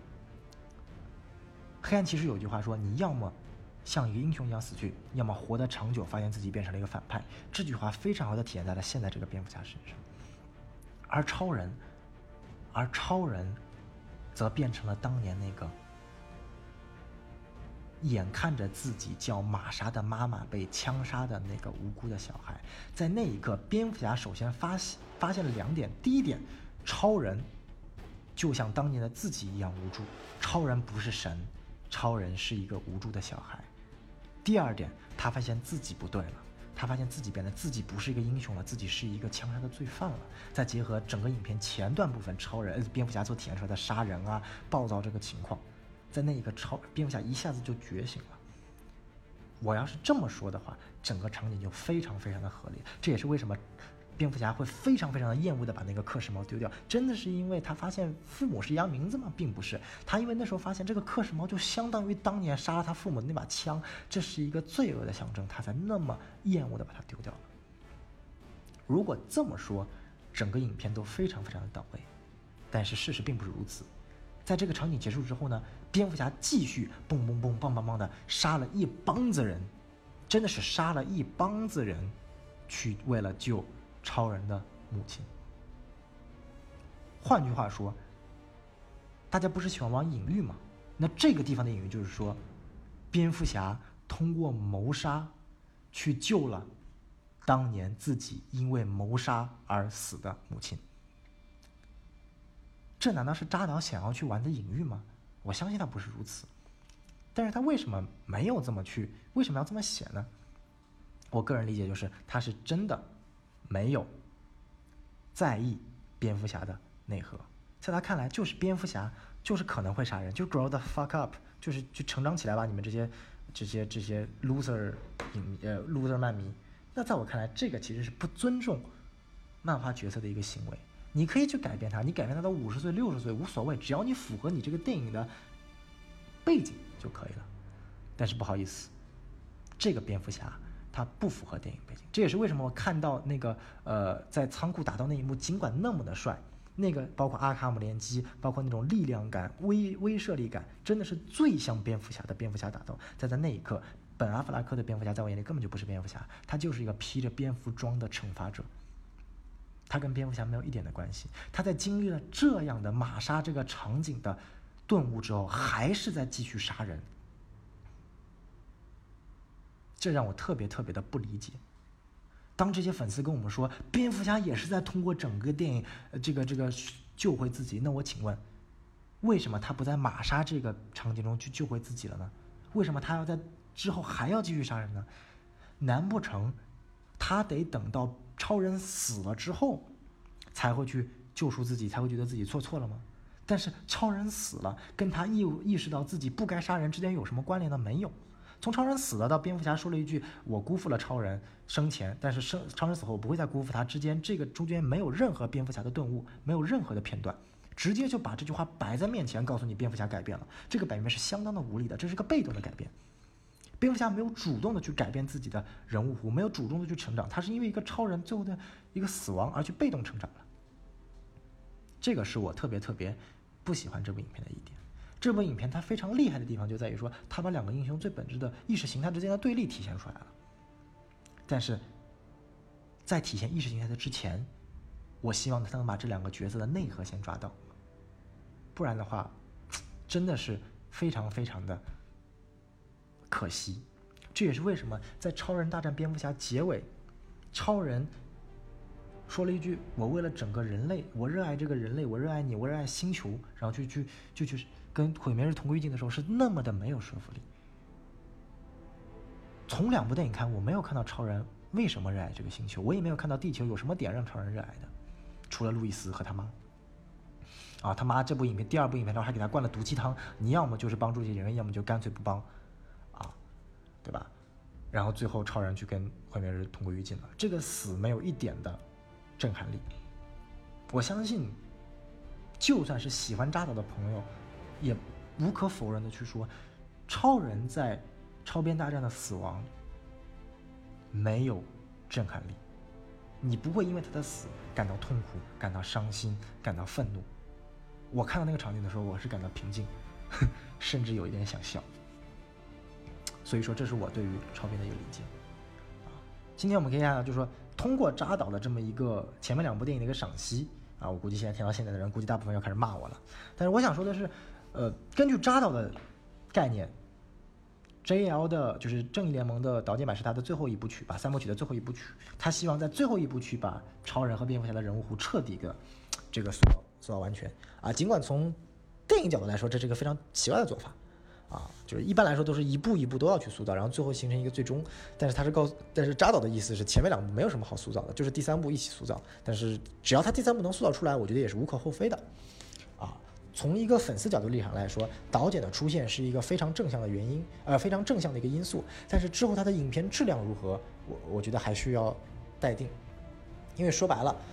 黑暗骑士有句话说，你要么像一个英雄一样死去，要么活得长久，发现自己变成了一个反派。这句话非常好的体现在了现在这个蝙蝠侠身上。而超人则变成了当年那个眼看着自己叫玛莎的妈妈被枪杀的那个无辜的小孩。在那一刻，蝙蝠侠首先发现了2点。第一点，超人就像当年的自己一样无助，超人不是神，超人是一个无助的小孩。第二点，他发现自己不对了，他发现自己自己不是一个英雄了，自己是一个枪杀的罪犯了。再结合整个影片前段部分蝙蝠侠所体现出来的杀人暴躁这个情况，在那一刻蝙蝠侠一下子就觉醒了。我要是这么说的话，整个场景就非常非常的合理。这也是为什么蝙蝠侠会非常非常的厌恶的把那个克什矛丢掉。真的是因为他发现父母是一样名字吗？并不是，他因为那时候发现这个克什矛就相当于当年杀了他父母的那把枪，这是一个罪恶的象征，他才那么厌恶的把它丢掉了。如果这么说，整个影片都非常非常的到位，但是事实并不是如此。在这个场景结束之后呢，蝙蝠侠继续蹦蹦蹦棒棒棒的杀了一帮子人，真的是杀了一帮子人，去为了救超人的母亲。换句话说，大家不是喜欢往隐喻吗？那这个地方的隐喻就是说，蝙蝠侠通过谋杀去救了当年自己因为谋杀而死的母亲。这难道是扎导想要去玩的隐喻吗？我相信他不是如此。但是他为什么没有这么去，为什么要这么写呢？我个人理解就是他是真的没有在意蝙蝠侠的内核，在他看来就是蝙蝠侠就是可能会杀人，就 grow the fuck up， 就成长起来吧，你们这些 loser 漫迷。那在我看来，这个其实是不尊重漫画角色的一个行为。你可以去改变他，你改变他到50岁60岁无所谓，只要你符合你这个电影的背景就可以了。但是不好意思，这个蝙蝠侠他不符合电影背景。这也是为什么我看到那个在仓库打斗那一幕，尽管那么的帅，那个包括阿卡姆联机，包括那种力量感、威慑力感，真的是最像蝙蝠侠的蝙蝠侠打斗。在那一刻，本阿弗拉克的蝙蝠侠在我眼里根本就不是蝙蝠侠，他就是一个披着蝙蝠装的惩罚者，他跟蝙蝠侠没有一点的关系。他在经历了这样的玛莎这个场景的顿悟之后，还是在继续杀人，这让我特别特别的不理解。当这些粉丝跟我们说蝙蝠侠也是在通过整个电影这个救回自己，那我请问，为什么他不在玛莎这个场景中去救回自己了呢？为什么他要在之后还要继续杀人呢？难不成他得等到超人死了之后才会去救赎自己，才会觉得自己做错了吗？但是超人死了跟他意识到自己不该杀人之间有什么关联呢？没有。从超人死了到蝙蝠侠说了一句我辜负了超人生前，但是超人死后我不会再辜负他，之间这个中间没有任何蝙蝠侠的顿悟，没有任何的片段，直接就把这句话摆在面前告诉你蝙蝠侠改变了。这个改变是相当的无力的，这是个被动的改变。蝙蝠侠没有主动的去改变自己的人物弧，没有主动的去成长，他是因为一个超人最后的一个死亡而去被动成长了。这个是我特别特别不喜欢这部影片的一点。这部影片它非常厉害的地方就在于说，它把两个英雄最本质的意识形态之间的对立体现出来了。但是在体现意识形态的之前，我希望他能把这两个角色的内核先抓到，不然的话真的是非常非常的可惜。这也是为什么在超人大战蝙蝠侠结尾，超人说了一句我为了整个人类，我热爱这个人类，我热爱你，我热爱星球，然后去跟毁灭日同归于尽的时候，是那么的没有说服力。从两部电影看，我没有看到超人为什么热爱这个星球，我也没有看到地球有什么点让超人热爱的，除了路易斯和他妈。 啊，他妈这部影片第2部影片然后还给他灌了毒鸡汤，你要么就是帮助这些人，要么就干脆不帮，啊，对吧？然后最后超人去跟毁灭日同归于尽了，这个死没有一点的震撼力。我相信就算是喜欢扎导的朋友也无可否认的去说，超人在超编大战的死亡没有震撼力，你不会因为他的死感到痛苦、感到伤心、感到愤怒。我看到那个场景的时候，我是感到平静，甚至有一点想笑。所以说，这是我对于超编的一个理解。今天我们可以看到，就是说，通过扎导的这么一个前面2部电影的一个赏析啊，我估计现在听到现在的人，估计大部分要开始骂我了。但是我想说的是，根据扎导的概念 ，JL 的就是正义联盟的导剪版是他的最后一部曲吧，3部曲的最后一部曲，他希望在最后一部曲把超人和蝙蝠侠的人物弧彻底的这个塑造完全啊。尽管从电影角度来说，这是一个非常奇怪的做法。啊，就是一般来说都是一步一步都要去塑造，然后最后形成一个最终。但是扎导的意思是前面2部没有什么好塑造的，就是第3部一起塑造。但是只要他第3部能塑造出来，我觉得也是无可厚非的。啊，从一个粉丝角度立场来说，导剪的出现是一个非常正向的原因，非常正向的一个因素。但是之后他的影片质量如何，我觉得还需要待定。因为说白了，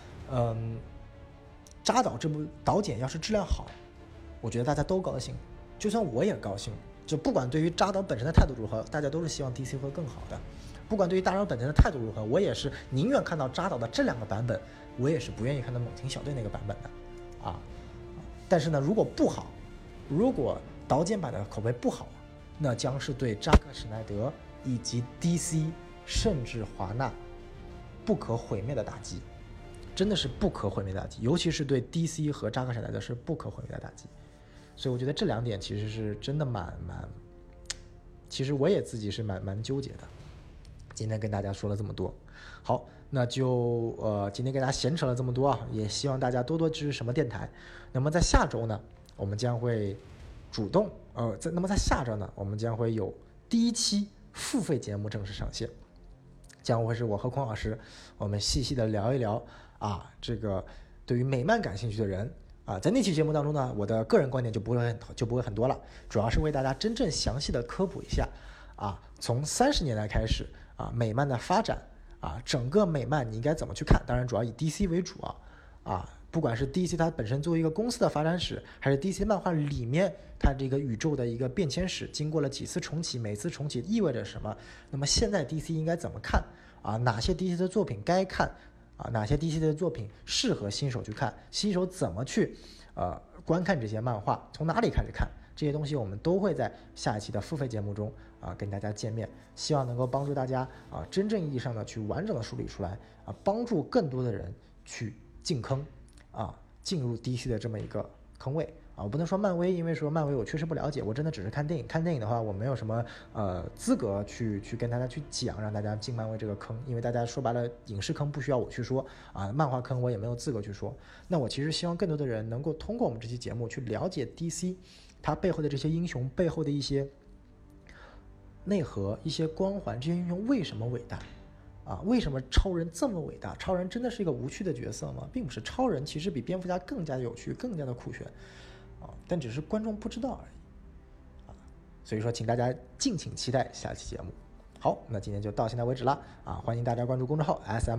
扎导这部导剪要是质量好，我觉得大家都高兴。就算我也高兴，就不管对于扎导本身的态度如何，大家都是希望 DC 会更好的。不管对于扎导本身的态度如何，我也是宁愿看到扎导的这2个版本，我也是不愿意看到猛禽小队那个版本的，啊。但是呢，如果不好，如果导剪版的口碑不好，那将是对扎克施耐德以及 DC 甚至华纳不可毁灭的打击，真的是不可毁灭的打击，尤其是对 DC 和扎克施耐德是不可毁灭的打击。所以我觉得这2点其实是真的其实我也自己是蛮纠结的。今天跟大家说了这么多，好，那就今天跟大家闲扯了这么多啊，也希望大家多多支持什么电台。那么在下周呢，我们将会主动那么在下周呢，我们将会有第1期付费节目正式上线，将会是我和孔老师，我们细细的聊一聊啊，这个对于美漫感兴趣的人。啊，在那期节目当中呢，我的个人观点就不会很多了，主要是为大家真正详细的科普一下啊，从30年代开始啊，美漫的发展啊，整个美漫你应该怎么去看？当然主要以 DC 为主啊，不管是 DC 它本身作为一个公司的发展史，还是 DC 漫画里面它这个宇宙的一个变迁史，经过了几次重启，每次重启意味着什么？那么现在 DC 应该怎么看啊？哪些 DC 的作品该看？啊，哪些 DC 的作品适合新手去看？新手怎么去观看这些漫画？从哪里开始看？这些东西我们都会在下一期的付费节目中跟大家见面，希望能够帮助大家真正意义上的去完整的梳理出来帮助更多的人去进坑进入 DC 的这么一个坑位我不能说漫威，因为说漫威我确实不了解，我真的只是看电影。看电影的话，我没有什么资格去跟大家去讲，让大家进漫威这个坑，因为大家说白了，影视坑不需要我去说漫画坑我也没有资格去说。那我其实希望更多的人能够通过我们这期节目去了解 DC 它背后的这些英雄背后的一些内核、一些光环，这些英雄为什么伟大为什么超人这么伟大？超人真的是一个无趣的角色吗？并不是，超人其实比蝙蝠侠更加的有趣，更加的酷炫但只是观众不知道而已所以说请大家敬请期待下期节目。好，那今天就到现在为止了欢迎大家关注公众号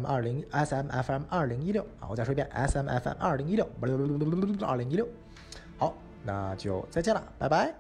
SMFM 2016我再说一遍 SMFM 2016好，那就再见了，拜拜。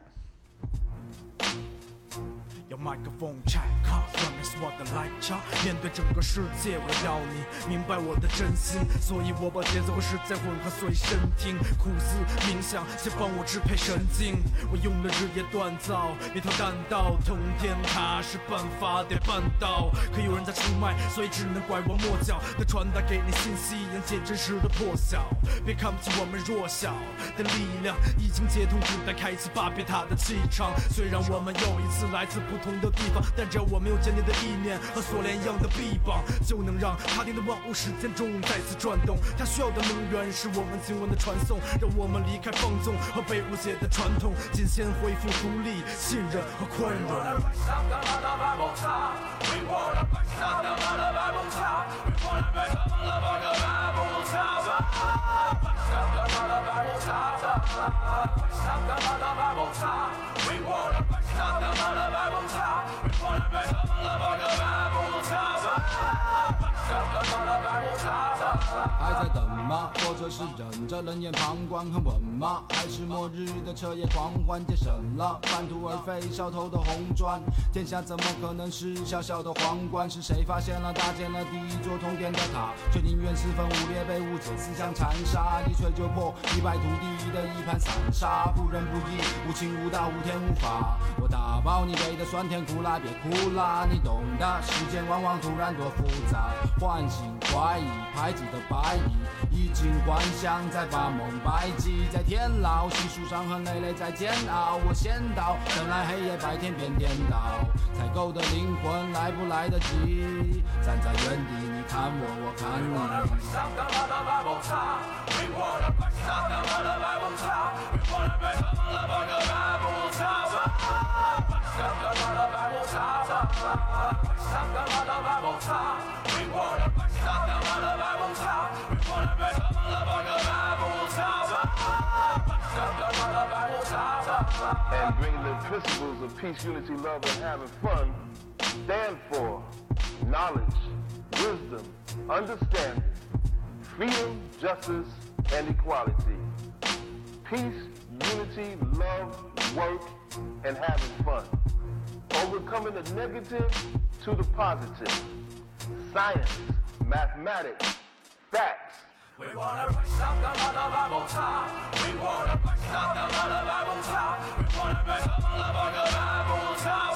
用麦克风拆卡，外面是我的来茶。面对整个世界，我要你明白我的真心，所以我把节奏和实在混合随身听，苦思冥想，先帮我支配神经。我用了日夜锻造一条弹道，通天塔是办法得办到，可有人在出卖，所以只能拐弯抹角的传达给你信息，迎接真实的破晓。别看不起我们弱小的力量，已经接通古代开启巴别塔的气场。虽然我们又一次来自不同的地方，但只要我们有坚定的意念和锁链一样的臂膀，就能让他定的万物时间中再次转动。它需要的能源是我们经文的传送，让我们离开放纵和被误解的传统，仅先恢复独立、信任和宽容。We Stop the mother Bible top. We wanna stop the mother Bible top. We wanna make the mother Bible top. Stop the mother Bible top. 还在等吗？或者是忍着冷眼旁观很稳吗？还是末日的彻夜狂欢节省了？半途而废烧头的红砖，天下怎么可能是小小的皇冠？是谁发现了搭建了第一座通电的塔，却宁愿四分五裂被误解思想残杀，一锤就破一败涂地的一盘散沙，不仁不义无情无道无天无法。我打包你给的酸甜苦辣，别哭啦，你懂的。世间往往突然多复杂，唤醒怀疑排挤的白蚁，衣锦还乡在把梦白记，在天牢细数伤痕累累在煎熬。我先到，等来黑夜白天变颠倒，采购的灵魂来不来得及？站在原地，你看我，我看你。 Stop the mother Bible top. We wanna stop the mother Bible top. We wanna make the mother Bible top. Stop the mother Bible top. Stop the mother Bible top. We wanna stop the mother Bible top. We wanna make the mother Bible top. Stop the mother Bible top. And bring the principles of peace, unity, love, and having fun stand for knowledge, wisdom, understanding, freedom, justice, and equality. Peace, unity, love, work, and having fun. Overcoming the negative to the positive. Science, mathematics, facts. We wanna stop the mother Bible top. We wanna stop the mother Bible top. We wanna make the mother Bible top.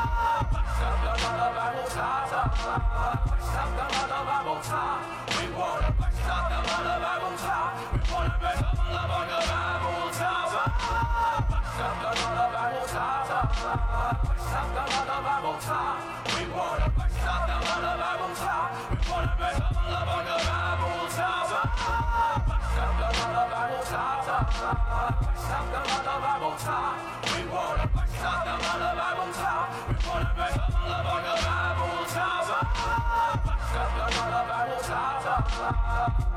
Stop the mother Bible top. Stop the mother Bible top. We wanna stop the mother Bible top. We wanna make the mother Bible top. Stop the mother Bible top. Stop the mother Bible top. We wanna stop the mother Bible top. We wanna make the mother Bible top. Stop the mother Bible top. Stop the mother Bible top. We wanna stop the mother Bible top. We wanna make the mother Bible top. Stop the mother Bible top.